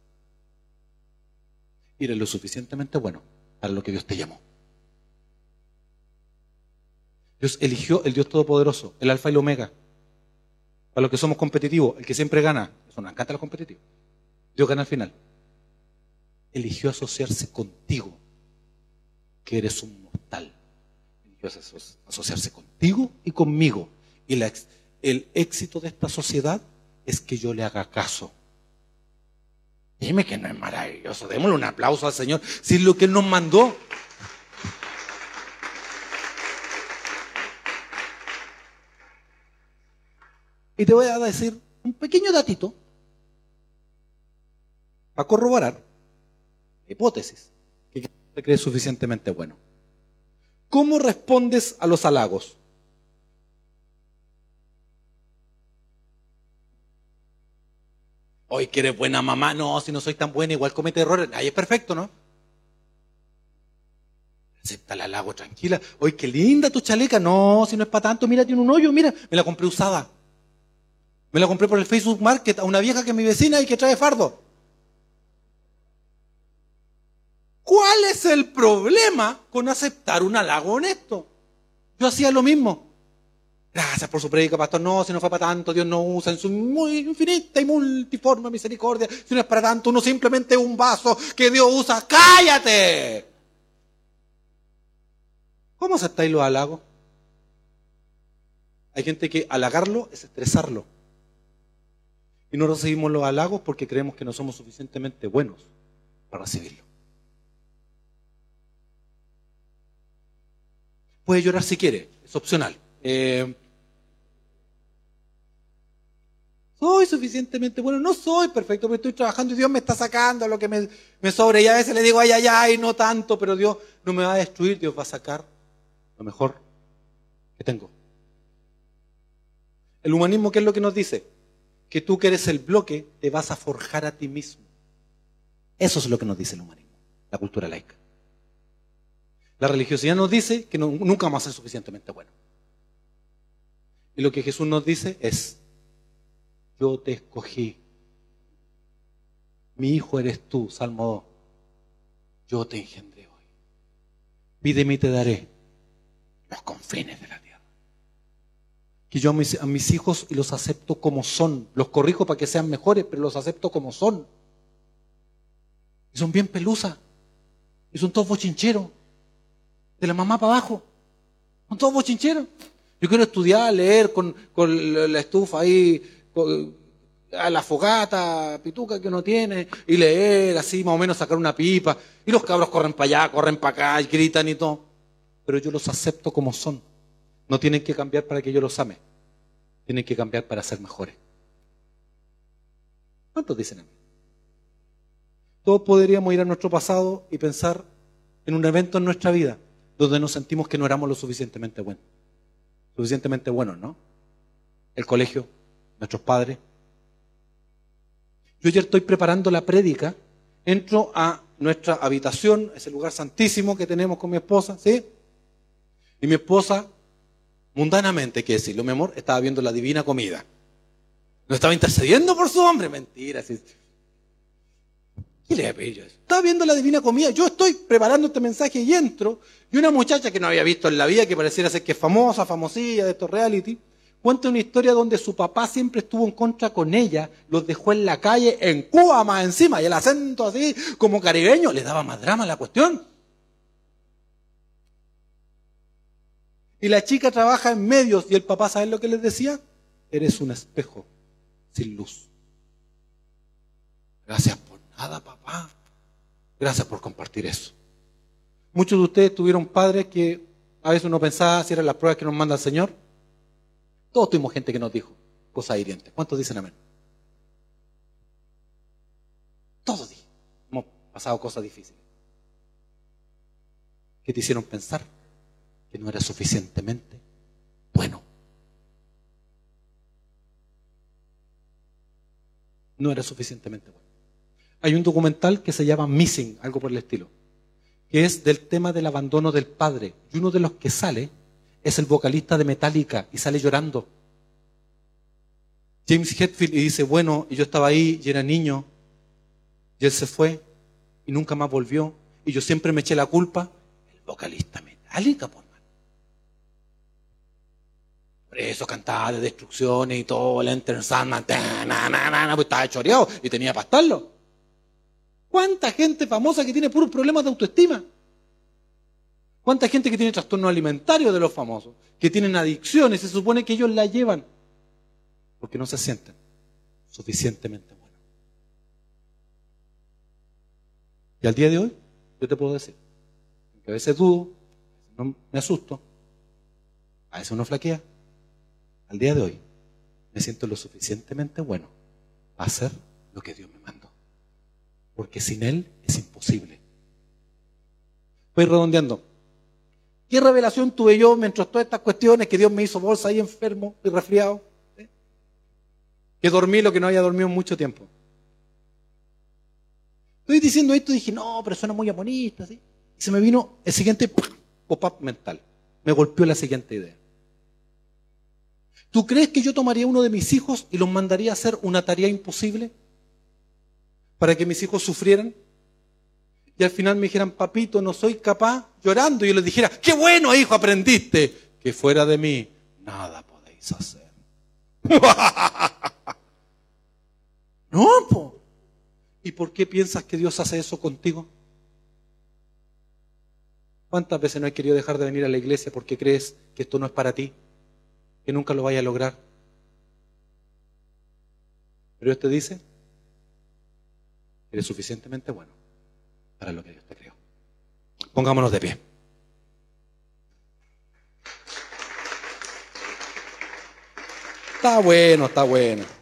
Y eres lo suficientemente bueno para lo que Dios te llamó. Dios eligió el Dios Todopoderoso, el Alfa y el Omega. Para los que somos competitivos, el que siempre gana. Eso nos encanta los competitivos. Dios gana al final. Eligió asociarse contigo, que eres un mortal. Eligió asociarse contigo y conmigo. Y el éxito de esta sociedad es que yo le haga caso. Dime que no es maravilloso. Démosle un aplauso al Señor. Si es lo que Él nos mandó. Y te voy a decir un pequeño datito para corroborar la hipótesis que te crees suficientemente bueno. ¿Cómo respondes a los halagos? Hoy que eres buena mamá, no, si no soy tan buena, igual comete errores. Ahí es perfecto, ¿no? Acepta el halago, tranquila. Hoy qué linda tu chaleca, no, si no es para tanto, mira, tiene un hoyo, mira, me la compré usada. Me la compré por el Facebook Market a una vieja que es mi vecina y que trae fardo. ¿Cuál es el problema con aceptar un halago honesto? Yo hacía lo mismo. Gracias por su prédica, pastor. No, si no fue para tanto, Dios no usa en su muy infinita y multiforme misericordia. Si no es para tanto, uno simplemente es un vaso que Dios usa. ¡Cállate! ¿Cómo aceptáis los halagos? Hay gente que halagarlo es estresarlo. Y no recibimos los halagos porque creemos que no somos suficientemente buenos para recibirlo. Puede llorar si quiere, es opcional. Soy suficientemente bueno, no soy perfecto, pero estoy trabajando y Dios me está sacando lo que me sobra. Y a veces le digo, ay, ay, ay, no tanto, pero Dios no me va a destruir, Dios va a sacar lo mejor que tengo. El humanismo, ¿qué es lo que nos dice? Que tú que eres el bloque, te vas a forjar a ti mismo. Eso es lo que nos dice el humanismo, la cultura laica. La religiosidad nos dice que nunca vamos a ser suficientemente buenos. Y lo que Jesús nos dice es, yo te escogí. Mi hijo eres tú, Salmo 2. Yo te engendré hoy. Pídeme y te daré los confines de la tierra. Que yo a mis hijos los acepto como son. Los corrijo para que sean mejores, pero los acepto como son. Y son bien pelusas. Y son todos bochincheros. De la mamá para abajo. Son todos bochincheros. Yo quiero estudiar, leer con la estufa ahí, a la fogata, pituca que uno tiene, y leer así, más o menos sacar una pipa. Y los cabros corren para allá, corren para acá, y gritan y todo. Pero yo los acepto como son. No tienen que cambiar para que yo los ame. Tienen que cambiar para ser mejores. ¿Cuántos dicen amén? Todos podríamos ir a nuestro pasado y pensar en un evento en nuestra vida donde nos sentimos que no éramos lo suficientemente buenos. Suficientemente buenos, ¿no? El colegio, nuestros padres. Yo ayer estoy preparando la prédica, entro a nuestra habitación, ese lugar santísimo que tenemos con mi esposa, ¿sí? Y mi esposa, mundanamente, hay que decirlo, mi amor, estaba viendo La Divina Comida. No estaba intercediendo por su hombre, mentira. ¿Sí? ¿Qué le voy a pedir yo eso? Estaba viendo La Divina Comida, yo estoy preparando este mensaje y entro, y una muchacha que no había visto en la vida, que pareciera ser que es famosa, famosilla de estos reality, cuenta una historia donde su papá siempre estuvo en contra con ella, los dejó en la calle, en Cuba más encima, y el acento así, como caribeño, le daba más drama a la cuestión. Y la chica trabaja en medios, y el papá, ¿sabes lo que les decía? Eres un espejo sin luz. Gracias por nada, papá. Gracias por compartir eso. Muchos de ustedes tuvieron padres que a veces uno pensaba si eran las pruebas que nos manda el Señor. Todos tuvimos gente que nos dijo cosas hirientes. ¿Cuántos dicen amén? Todos hemos pasado cosas difíciles que te hicieron pensar que no era suficientemente bueno. No era suficientemente bueno. Hay un documental que se llama Missing, algo por el estilo, que es del tema del abandono del padre. Y uno de los que sale es el vocalista de Metallica y sale llorando. James Hetfield y dice, bueno, y yo estaba ahí y era niño, y él se fue y nunca más volvió, y yo siempre me eché la culpa. El vocalista Metallica, por mal. Por eso cantaba de destrucciones y todo, el Enter Sandman, pues estaba choreado y tenía para estarlo. ¿Cuánta gente famosa que tiene puros problemas de autoestima? ¿Cuánta gente que tiene trastornos alimentarios de los famosos? Que tienen adicciones, se supone que ellos la llevan porque no se sienten suficientemente buenos. Y al día de hoy, yo te puedo decir, que a veces dudo, a veces no me asusto, a veces uno flaquea, al día de hoy me siento lo suficientemente bueno para hacer lo que Dios me mandó. Porque sin Él es imposible. Voy redondeando. ¿Qué revelación tuve yo mientras todas estas cuestiones que Dios me hizo bolsa ahí enfermo y resfriado? ¿Sí? Que dormí lo que no había dormido en mucho tiempo. Estoy diciendo esto y dije, no, pero suena muy amonista, ¿sí? Y se me vino el siguiente pop-up mental. Me golpeó la siguiente idea. ¿Tú crees que yo tomaría uno de mis hijos y los mandaría a hacer una tarea imposible? Para que mis hijos sufrieran. Y al final me dijeran, papito, no soy capaz, llorando. Y yo les dijera, qué bueno, hijo, aprendiste. Que fuera de mí, nada podéis hacer. No, po. ¿Y por qué piensas que Dios hace eso contigo? ¿Cuántas veces no has querido dejar de venir a la iglesia porque crees que esto no es para ti? Que nunca lo vaya a lograr. Pero Dios te dice, eres suficientemente bueno para lo que Dios te creó. Pongámonos de pie. Está bueno, está bueno.